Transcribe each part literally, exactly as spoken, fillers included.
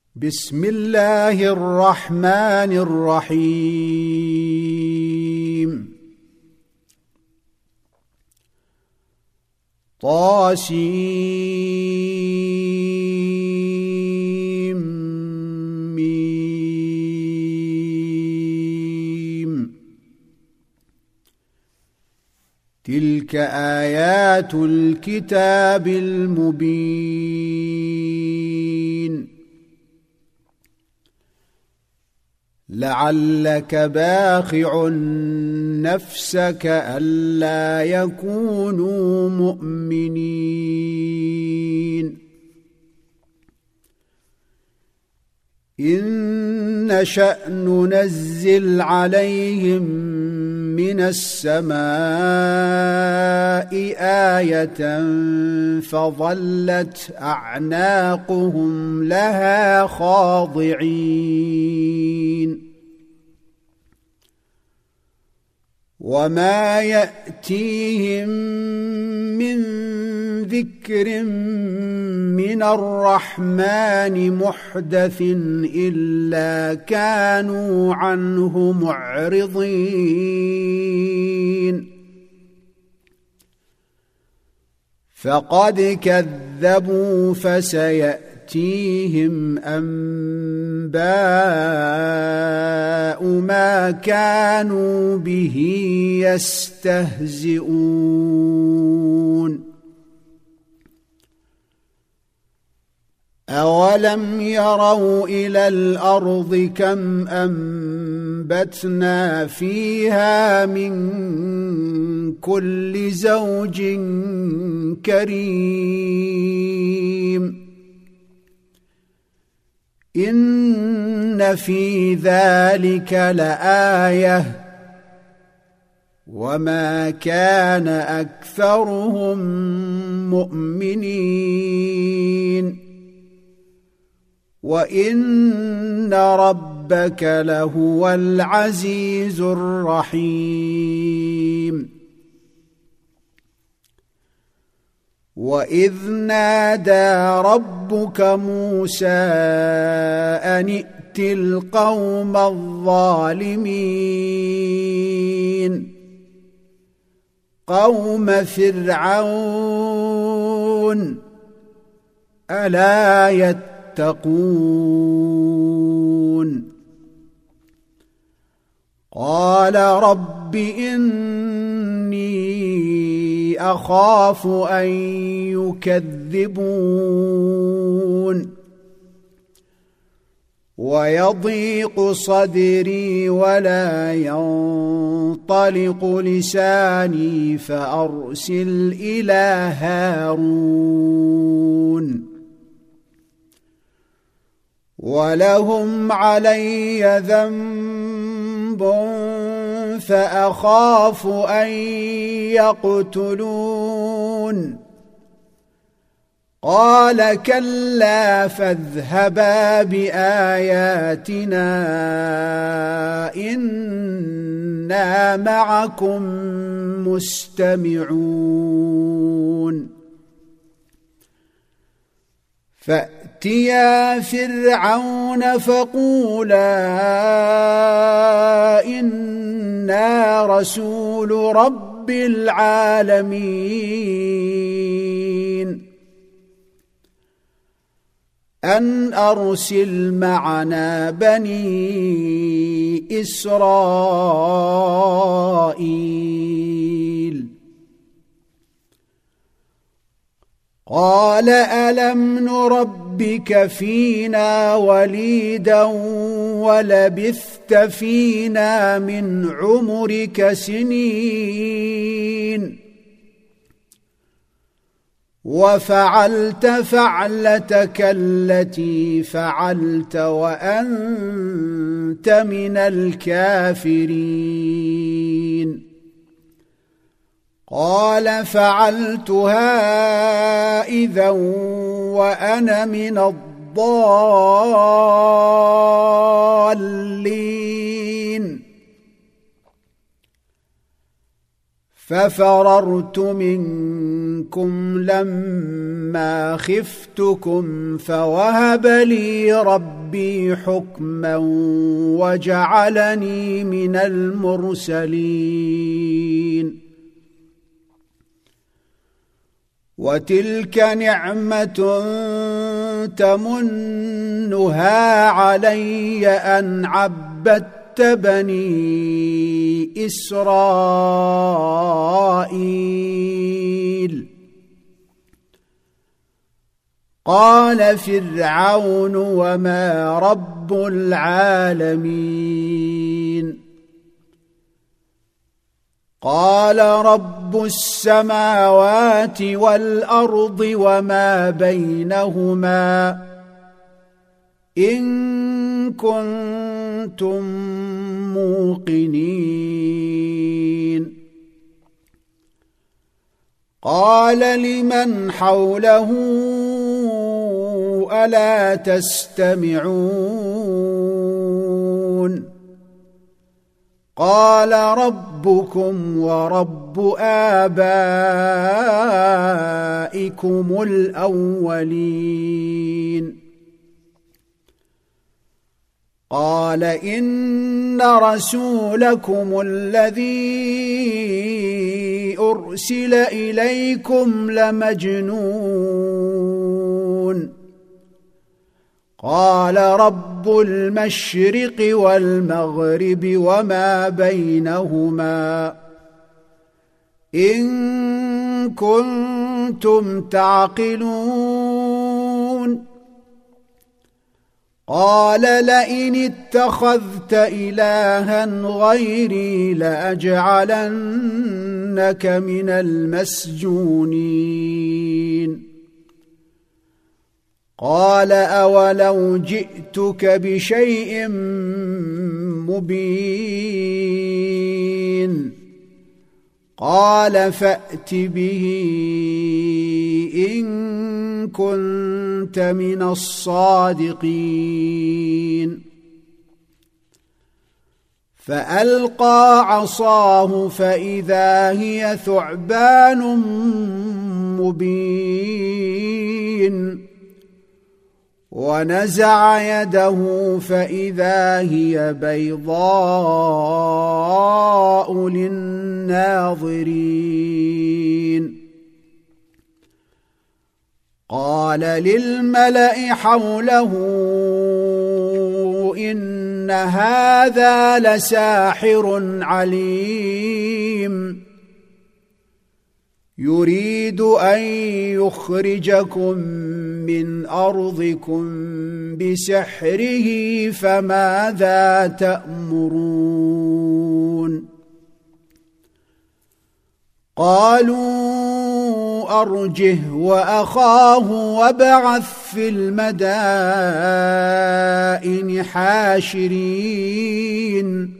بسم الله الرحمن الرحيم طاسيم ميم تلك آيات الكتاب المبين لعلك باخع نفسك ألا يكونوا مؤمنين إن نشأ ننزل عليهم من السماء آية فظلت أعناقهم لها خاضعين وما يأتيهم من ذكر من الرحمن محدث إلا كانوا عنه معرضين فقد كذبوا فسيأتيهم أنباء ما كانوا به يستهزئون أولم يروا إلى الأرض كم أنبتنا فيها من كل زوج كريم إن في ذلك لآية وما كان أكثرهم مؤمنين وإن ربك لهو العزيز الرحيم وإذ نادى ربك موسى أن ائت القوم الظالمين قوم فرعون ألا يتقون قال رب إني أخاف أن يكذبون ويضيق صدري ولا ينطلق لساني فأرسل إلى هارون ولهم علي ذنب فأخاف أن يقتلون قال كلا فاذهبا بآياتنا إنا معكم مستمعون فأتيا فرعون فقولا إنا رسول رب العالمين أن أرسل معنا بني إسرائيل قال ألم نربك فينا وليدا ولبثت فينا من عمرك سنين وفعلت فعلتك التي فعلت وأنت من الكافرين قال فعلتها إذا وأنا من الضالين ففررت منكم لما خفتكم فوهب لي ربي حكما وجعلني من المرسلين وتلك نعمة تمنها علي أن عبدت بني إسرائيل قال فرعون وما رب العالمين قال رب السماوات والأرض وما بينهما إن كنتم موقنين قال لمن حوله ألا تستمعون قال ربكم ورب آبائكم الأولين قال إن رسولكم الذي أرسل إليكم لمجنون قال رب المشرق والمغرب وما بينهما إن كنتم تعقلون قال لئن اتخذت إلها غيري لأجعلنك من المسجونين قال أولو جئتك بشيء مبين قال فأت به إن كنت من الصادقين فألقى عصاه فإذا هي ثعبان مبين ونزع يده فإذا هي بيضاء للناظرين قال للملأ حوله إن هذا لساحر عليم يريد أن يخرجكم من أرضكم بسحره فماذا تأمرون قالوا أرجه وأخاه وابعث في المدائن حاشرين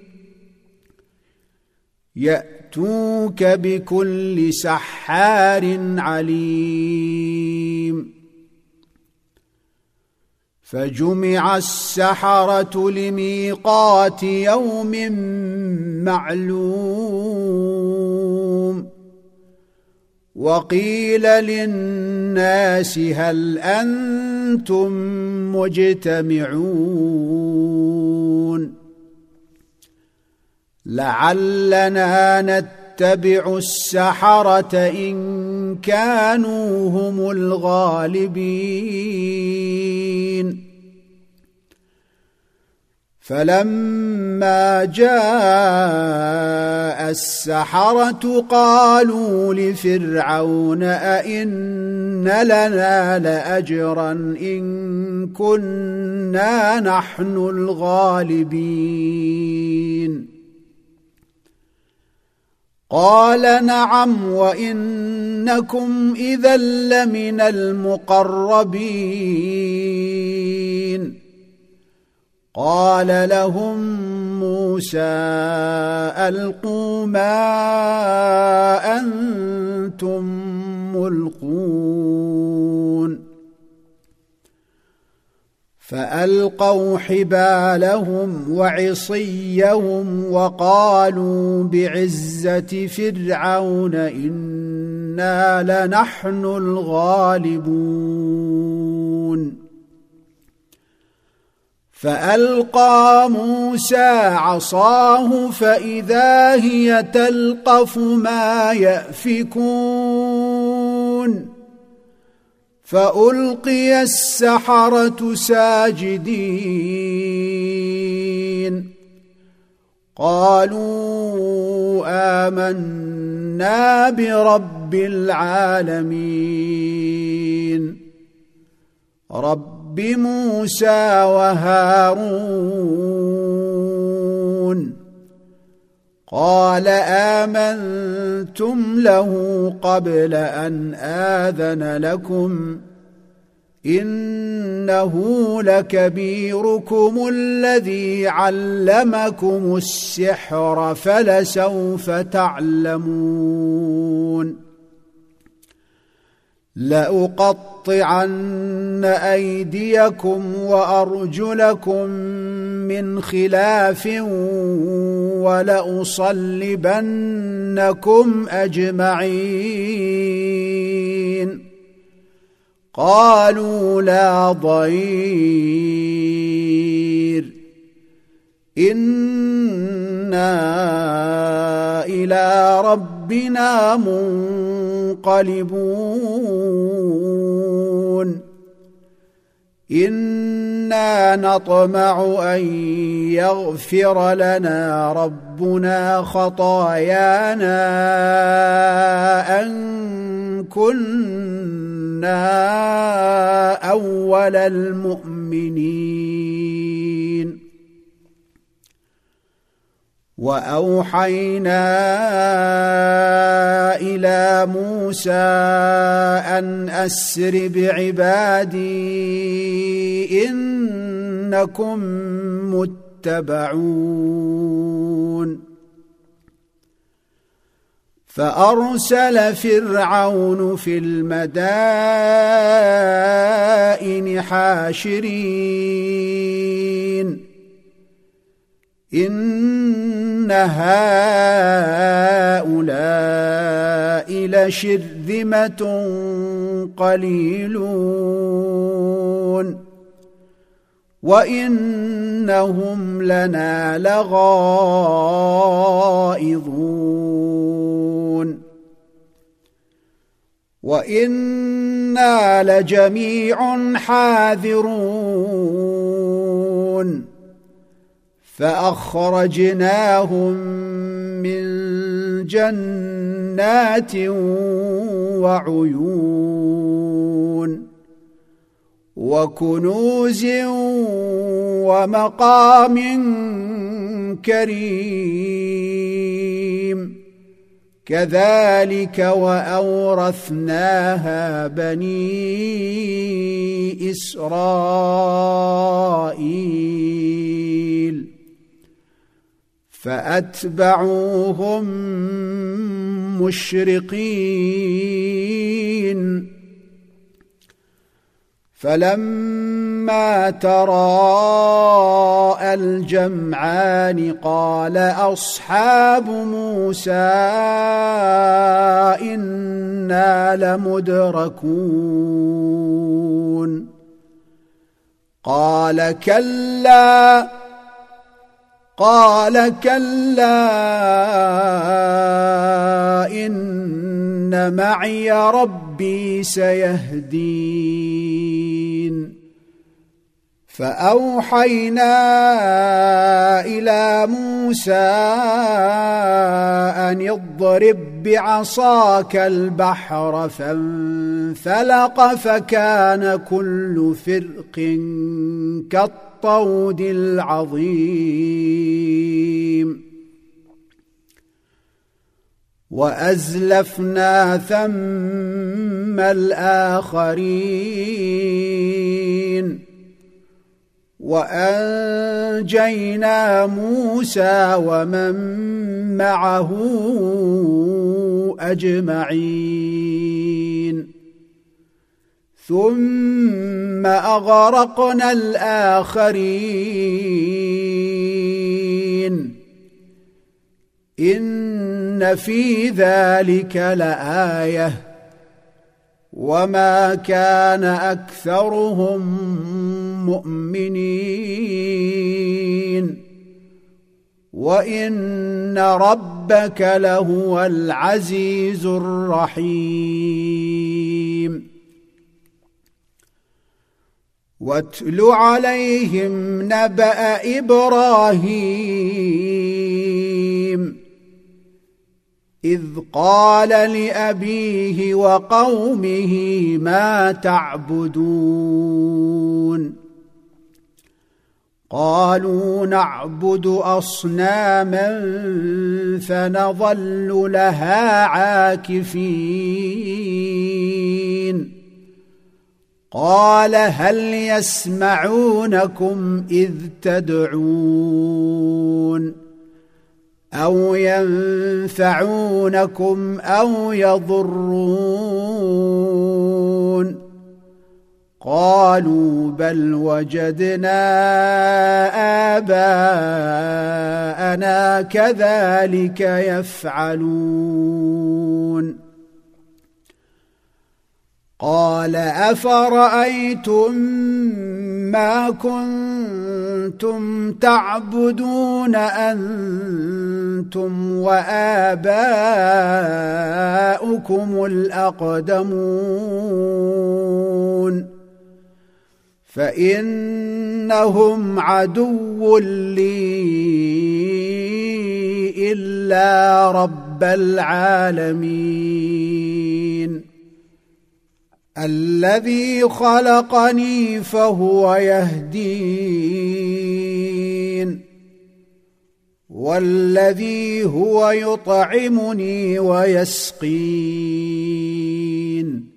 يأتوك بكل سحار عليم فجمع السحرة لميقات يوم معلوم وقيل للناس هل أنتم مجتمعون لعلنا نتبع السحرة إن كانوا هم الغالبين فلما جاء السحرة قالوا لفرعون أئن لنا لأجرا إن كنا نحن الغالبين قال نعم وإنكم إذا لمن المقربين قال لهم موسى ألقوا ما أنتم ملقون فألقوا حبالهم وعصيهم وقالوا بعزة فرعون إنا لنحن الغالبون فألقى موسى عصاه فإذا هي تلقف ما يأفكون فألقي السحرة ساجدين قالوا آمنا برب العالمين رب موسى وهارون قال آمنتم له قبل أن آذن لكم إنه لكبيركم الذي علمكم السحر فلسوف تعلمون لأقطعن أيديكم وأرجلكم من خلاف ولأصلبنكم أجمعين قالوا لا ضير إنا إلى ربنا منقلبون إنا نطمع أن يغفر لنا ربنا خطايانا أن كنا أول المؤمنين وأوحينا إلى موسى أن أسر بعبادي إنكم متبعون فأرسل فرعون في المدائن حاشرين إن هؤلاء لشرذمة قليلون وإنهم لنا لغائظون وإنا لجميع حاذرون فأخرجناهم من جنات وعيون وكنوز ومقام كريم كذلك وأورثناها بني إسرائيل فأتبعوهم مشرقين فلما تراءى الجمعان قال أصحاب موسى إنا لمدركون قال كلا قال كلا إن معي ربي سيهدين فأوحينا إلى موسى أن اضرب بعصاك البحر فانفلق فكان كل فرق كالطود العظيم وأزلفنا ثم الآخرين وأنجينا موسى ومن معه أجمعين ثم أغرقنا الآخرين إن في ذلك لآية وما كان أكثرهم مؤمنين وإن ربك لهو العزيز الرحيم واتل عليهم نبأ إبراهيم إذ قال لأبيه وقومه ما تعبدون قالوا نعبد أصناما فنظل لها عاكفين قال هل يسمعونكم إذ تدعون أو ينفعونكم أو يضرون قالوا بل وجدنا آباءنا كذلك يفعلون قال أفرأيتم ما كنتم تعبدون أنتم وآباؤكم الأقدمون فإنهم عدو لي إلا رب العالمين الذي خلقني فهو يهدين والذي هو يطعمني ويسقين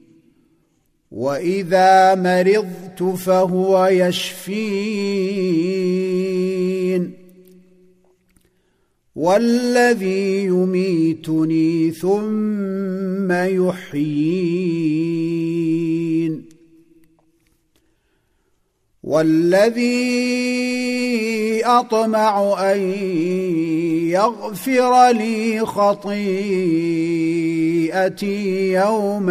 وإذا مرضت فهو يشفين والذي يميتني ثم يحيين والذي أطمع أن يغفر لي خطيئتي يوم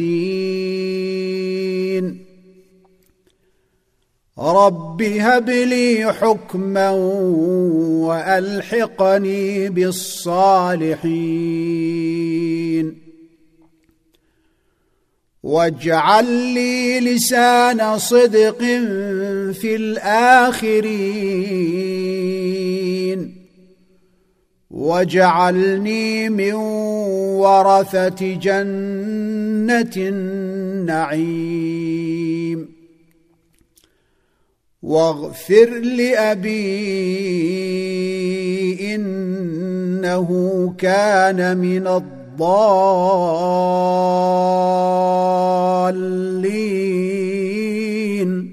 الدين رب هب لي حكما وألحقني بالصالحين واجعل لي لسان صدق في الآخرين واجعلني من ورثة جنة النعيم واغفر لأبي إنه كان من الضالين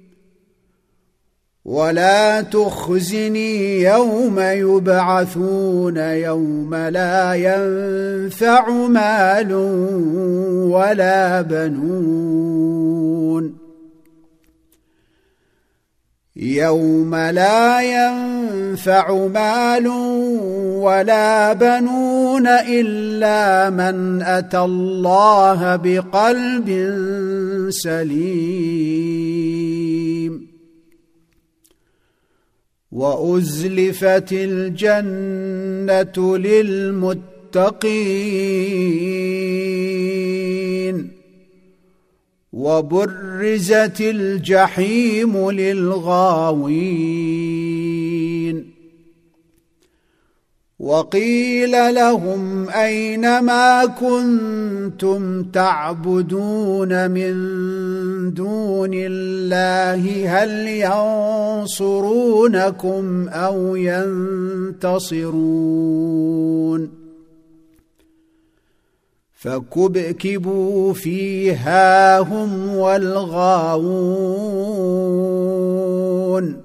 ولا تخزني يوم يبعثون يوم لا ينفع مال ولا بنون يوم لا ينفع مال ولا بنون إلا من أتى الله بقلب سليم وأزلفت الجنة للمتقين وبرزت الجحيم للغاوين وقيل لهم أين ما كنتم تعبدون من دون الله هل ينصرونكم أو ينتصرون فكبكبوا فيها هم والغاوون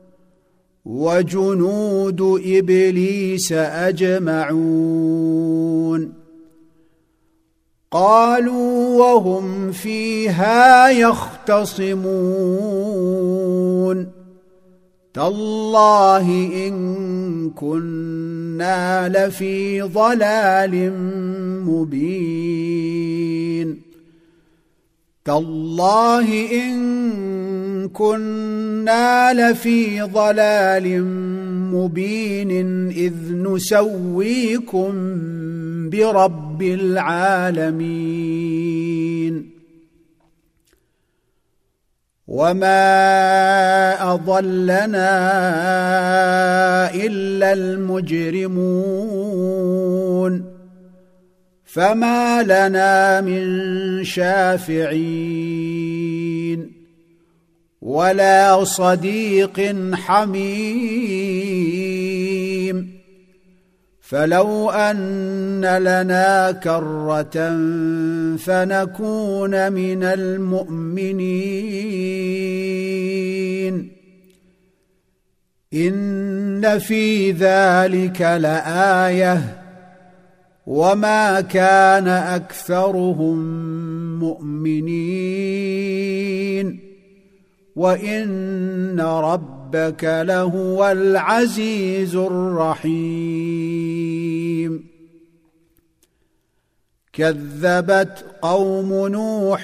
وجنود إبليس أجمعون قالوا وهم فيها يختصمون تالله إن كنا لفي ضلال مبين تالله إن كنا لفي ضلال مبين إذ نسويكم برب العالمين وما أضلنا إلا المجرمون فما لنا من شافعين ولا صديق حميم فلو أن لنا كرة فنكون من المؤمنين إن في ذلك لآية وما كان أكثرهم مؤمنين وإن ربك لهو العزيز الرحيم كذبت قوم نوح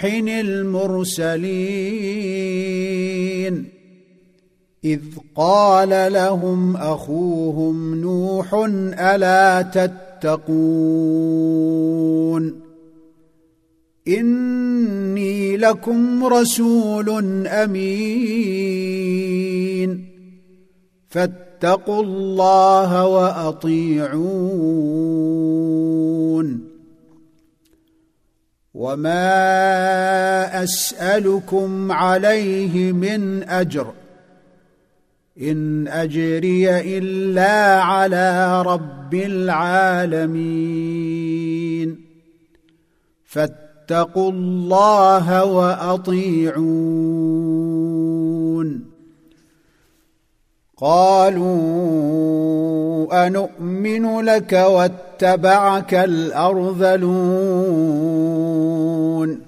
المرسلين إذ قال لهم أخوهم نوح ألا تتقون إني لكم رسول أمين فاتقوا الله وأطيعون وما أسألكم عليه من أجر إن أجري إلا على رب العالمين فاتقوا الله وأطيعون قالوا أنؤمن لك واتبعك الأرذلون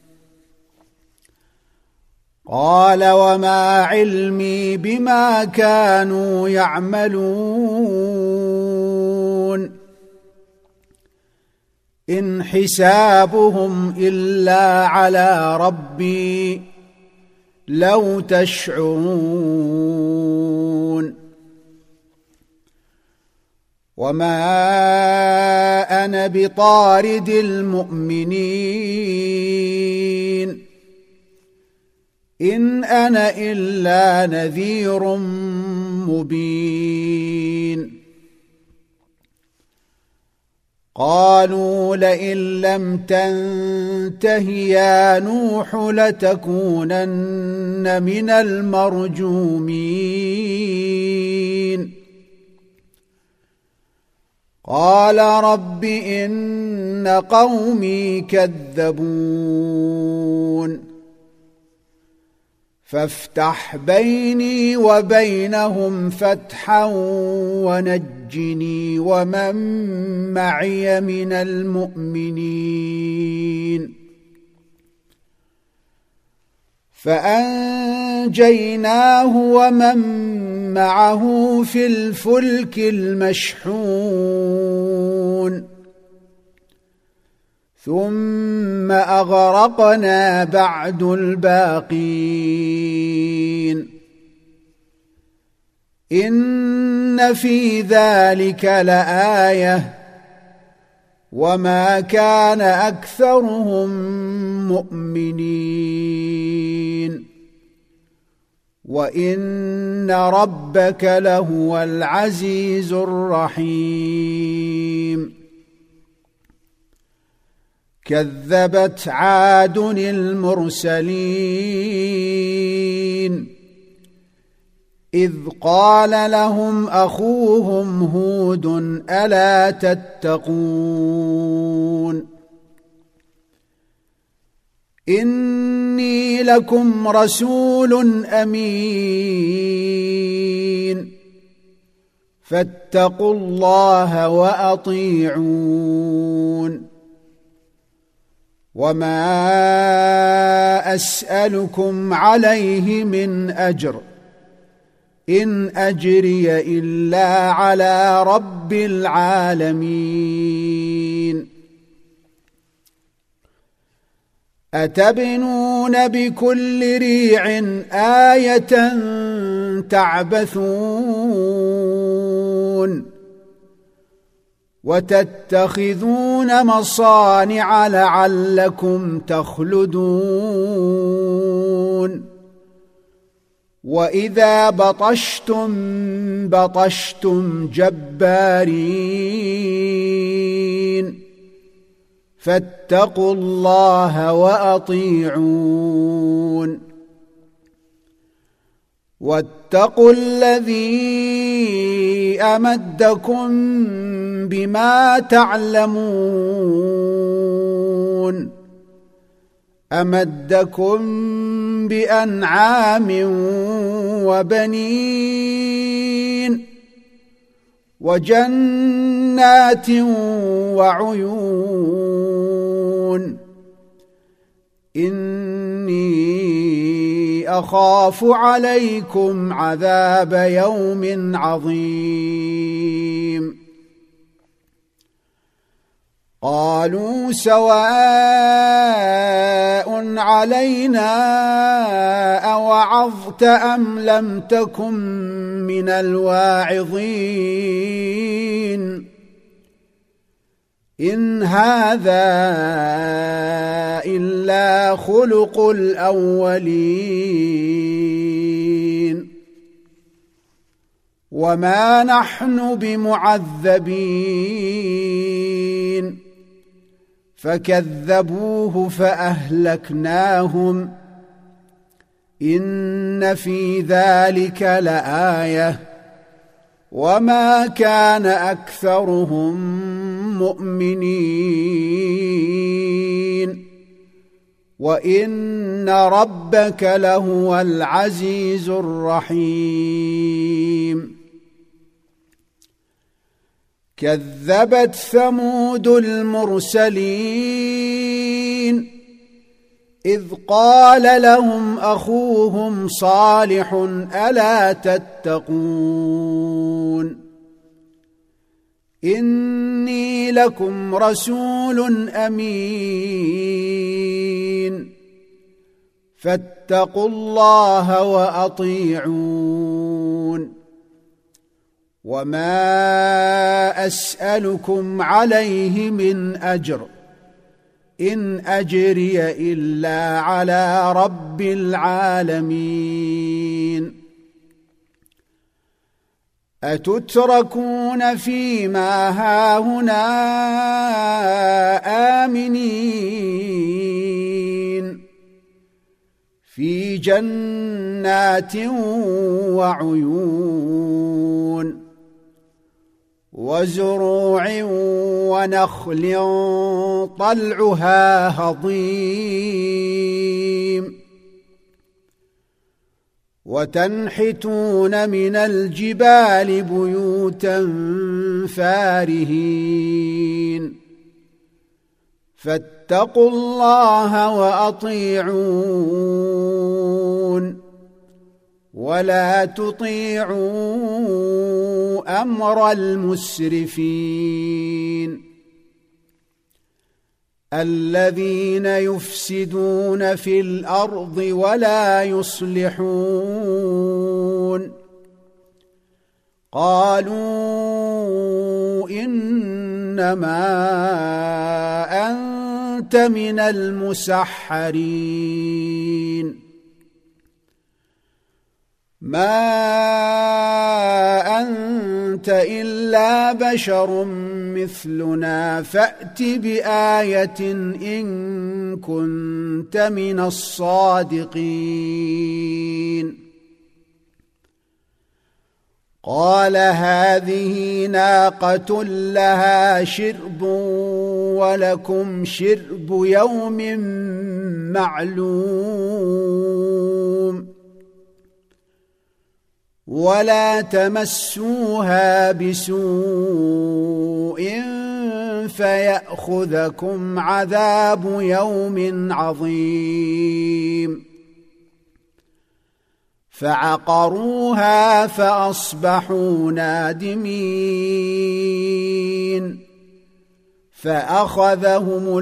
قال وما علمي بما كانوا يعملون إن حسابهم إلا على ربي لو تشعرون وما أنا بطارد المؤمنين إن أنا إلا نذير مبين قالوا لئن لم تنته يا نوح لتكونن من المرجومين قال رب إن قومي كذبون فافتح بيني وبينهم فتحا ونجني ومن معي من المؤمنين فأنجيناه ومن معه في الفلك المشحون ثم أغرقنا بعد الباقين إن في ذلك لآية وما كان أكثرهم مؤمنين وإن ربك لهو العزيز الرحيم كذبت عاد المرسلين إذ قال لهم أخوهم هود ألا تتقون إني لكم رسول أمين فاتقوا الله وأطيعون وما أسألكم عليه من أجر إن أجري إلا على رب العالمين أتبنون بكل ريع آية تعبثون وتتخذون مصانع لعلكم تخلدون وإذا بطشتم بطشتم جبارين فاتقوا الله وأطيعون واتقوا الذي أمدكم بما تعلمون أمدكم بأنعام وبنين وجنات وعيون إني أخاف عليكم عذاب يوم عظيم قالوا سواء علينا أوعظت أم لم تكن من الواعظين إن هذا إلا خلق الأولين وما نحن بمعذبين فكذبوه فأهلكناهم إن في ذلك لآية وما كان أكثرهم مؤمنين وإن ربك لهو العزيز الرحيم كذبت ثمود المرسلين إذ قال لهم أخوهم صالح ألا تتقون إني لكم رسول أمين فاتقوا الله وأطيعون وما أسألكم عليه من أجر إن أجري إلا على رب العالمين أتتركون فيما هاهنا آمنين في جنات وعيون وزروع ونخل طلعها هضيم وتنحتون من الجبال بيوتا فارهين فاتقوا الله وأطيعون ولا تطيعوا أمر المسرفين الذين يفسدون في الأرض ولا يصلحون قالوا إنما أنت من المسحرين ما أنت إلا بشر مثلنا فأت بآية إن كنت من الصادقين قال هذه ناقة لها شرب ولكم شرب يوم معلوم ولا تمسوها بسوء فيأخذكم عذاب يوم عظيم فعقروها فأصبحوا نادمين فأخذهم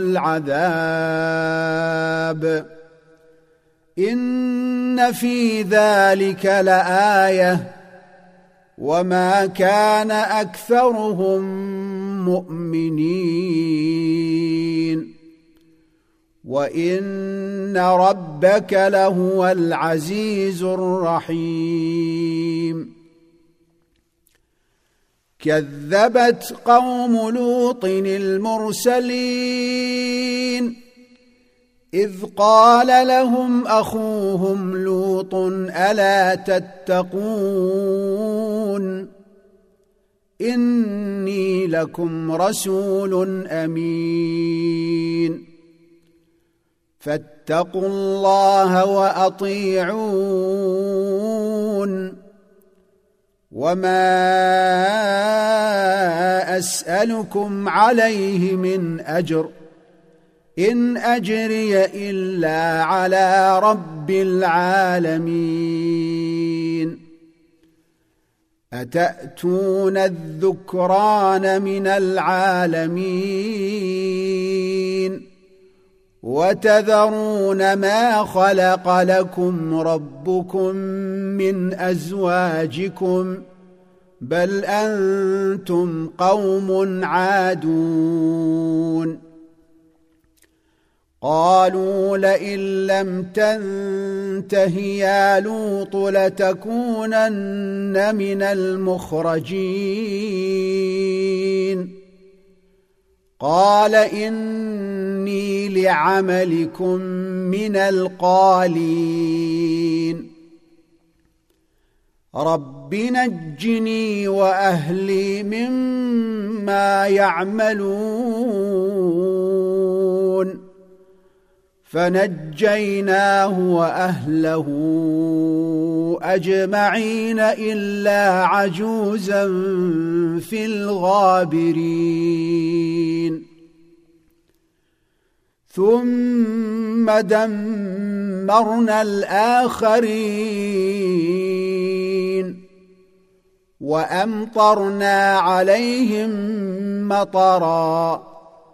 العذاب إن في ذلك لآية وما كان أكثرهم مؤمنين وإن ربك لهو العزيز الرحيم كذبت قوم لوط المرسلين إذ قال لهم أخوهم لوط ألا تتقون إني لكم رسول أمين فاتقوا الله وأطيعون وما أسألكم عليه من أجر إن أجري إلا على رب العالمين أتأتون الذكران من العالمين وتذرون ما خلق لكم ربكم من أزواجكم بل أنتم قوم عادون قالوا لئن لم تنته يا لوط لتكونن من المخرجين قال إني لعملكم من القالين رب نجني وأهلي مما يعملون فنجيناه وأهله أجمعين إلا عجوزا في الغابرين ثم دمرنا الآخرين وأمطرنا عليهم مطرا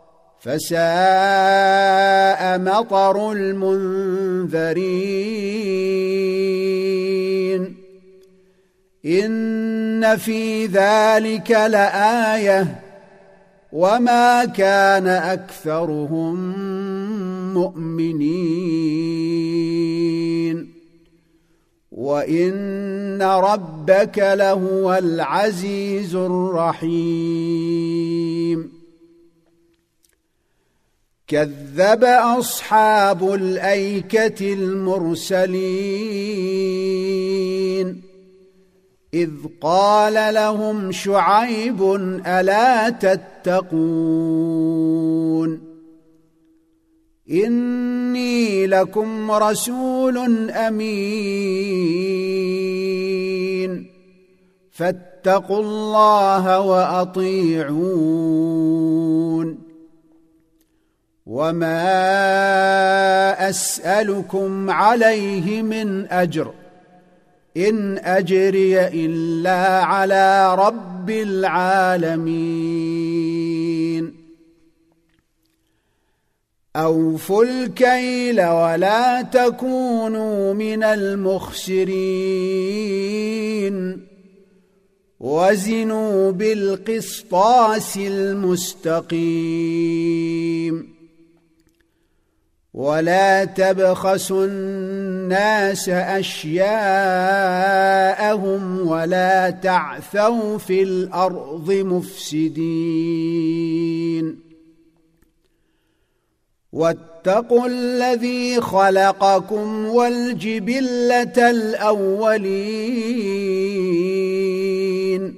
فساء مطر المنذرين إن في ذلك لآية وما كان أكثرهم مؤمنين وإن ربك لهو العزيز الرحيم كذب أصحاب الأيكة المرسلين إذ قال لهم شعيب ألا تتقون إني لكم رسول أمين فاتقوا الله وأطيعون وما أسألكم عليه من أجر إن أجري إلا على رب العالمين أوفوا الكيل ولا تكونوا من المخسرين وزنوا بالقسطاس المستقيم ولا تبخسوا الناس أشياءهم ولا تعثوا في الأرض مفسدين واتقوا الذي خلقكم والجبلة الأولين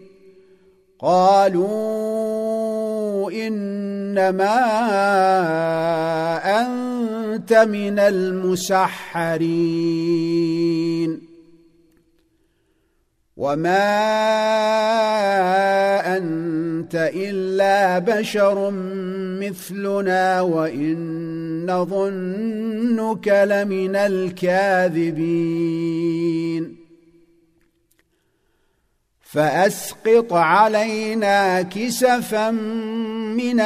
قالوا إنما أنت من المسحرين وما أنت أنت إلا بشر مثلنا وإن نظنك لمن الكاذبين فأسقط علينا كسفا من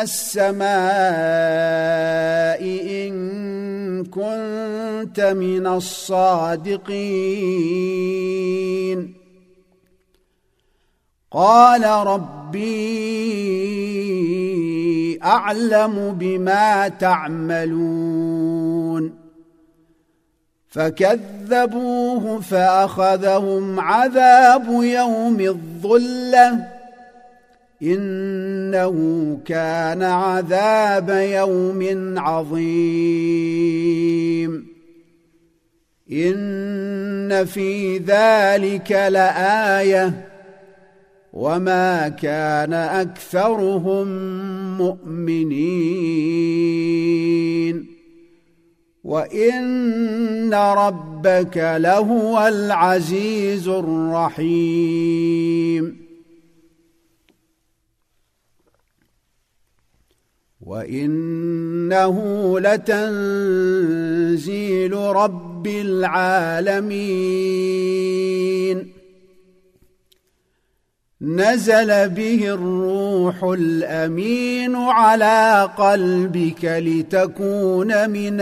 السماء إن كنت من الصادقين قال ربي أعلم بما تعملون فكذبوه فأخذهم عذاب يوم الظلة إنه كان عذاب يوم عظيم إن في ذلك لآية وما كان أكثرهم مؤمنين وإن ربك لهو العزيز الرحيم وإنه لتنزيل رب العالمين نزل به الروح الأمين على قلبك لتكون من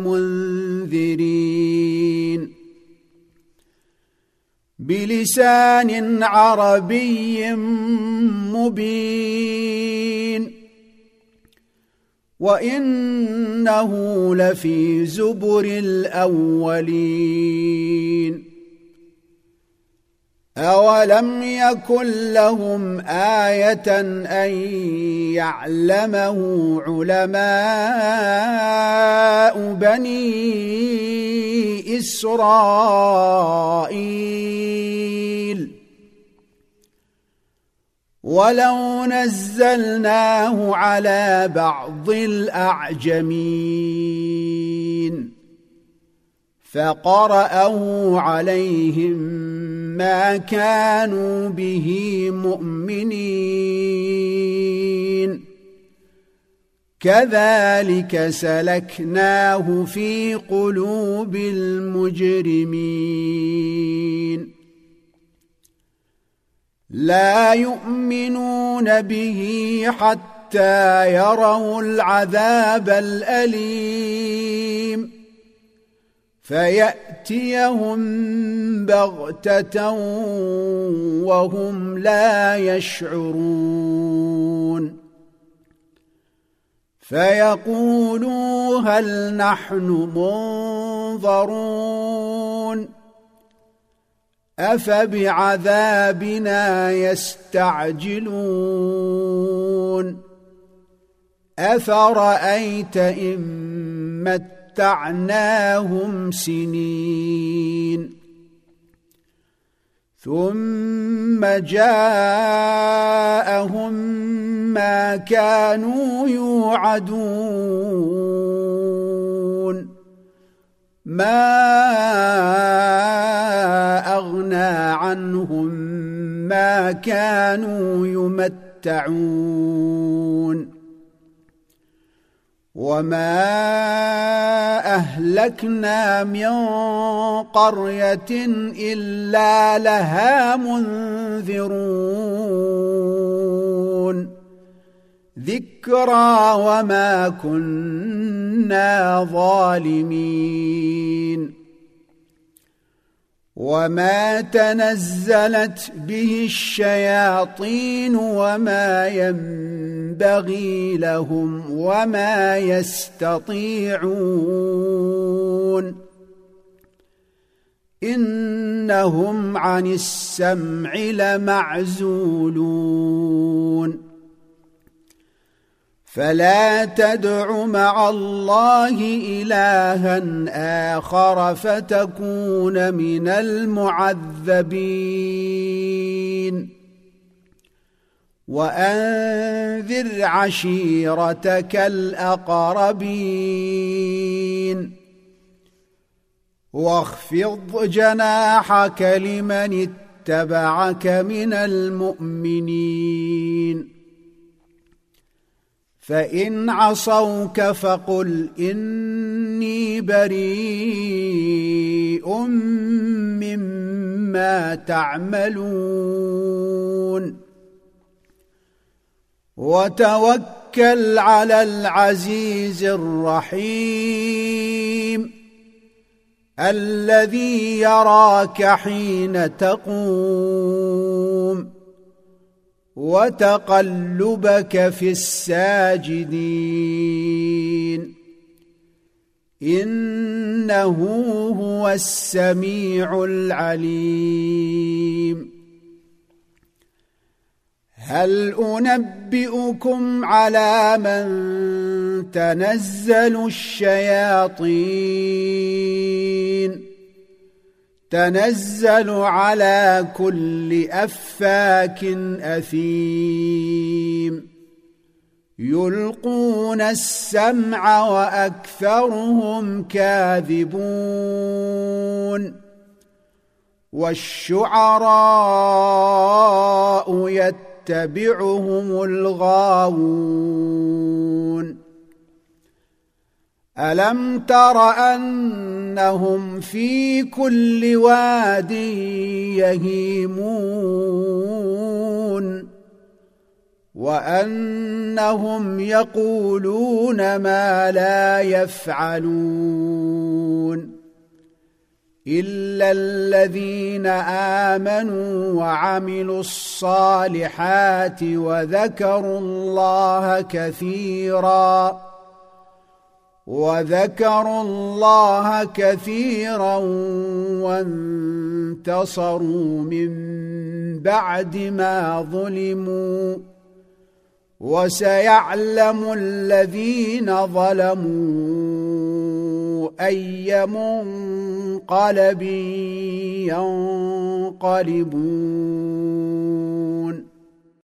المنذرين بلسان عربي مبين وإنه لفي زبر الأولين أولم يكن لهم آية أن يعلمه علماء بني إسرائيل ولو نزلناه على بعض الأعجمين فقرأه عليهم ما كانوا به مؤمنين كذلك سلكناه في قلوب المجرمين لا يؤمنون به حتى يروا العذاب الأليم فيأتيهم بغتة وهم لا يشعرون فيقولوا هل نحن منظرون أفبعذابنا يستعجلون أفرأيت إن متعناهم سنين ثم جاءهم ما كانوا يوعدون ما أغنى عنهم ما كانوا يمتعون وما أهلكنا من قرية إلا لها منذرون ذكرى وما كنا ظالمين وما تنزلت به الشياطين وما ينبغي لهم وما يستطيعون إنهم عن السمع لمعزولون فلا تدع مع الله إلها آخر فتكون من المعذبين وأنذر عشيرتك الأقربين واخفض جناحك لمن اتبعك من المؤمنين فإن عصوك فقل إني بريء مما تعملون وتوكل على العزيز الرحيم الذي يراك حين تقوم وتقلبك في الساجدين إنه هو السميع العليم هل أنبئكم على من تنزل الشياطين تنزل على كل أفاك أثيم يلقون السمع وأكثرهم كاذبون والشعراء يتبعهم الغاوون ألم تر أنهم في كل واد يهيمون وأنهم يقولون ما لا يفعلون إلا الذين آمنوا وعملوا الصالحات وذكروا الله كثيرا وذكروا الله كثيرا وانتصروا من بعد ما ظلموا وسيعلم الذين ظلموا أي منقلب ينقلبون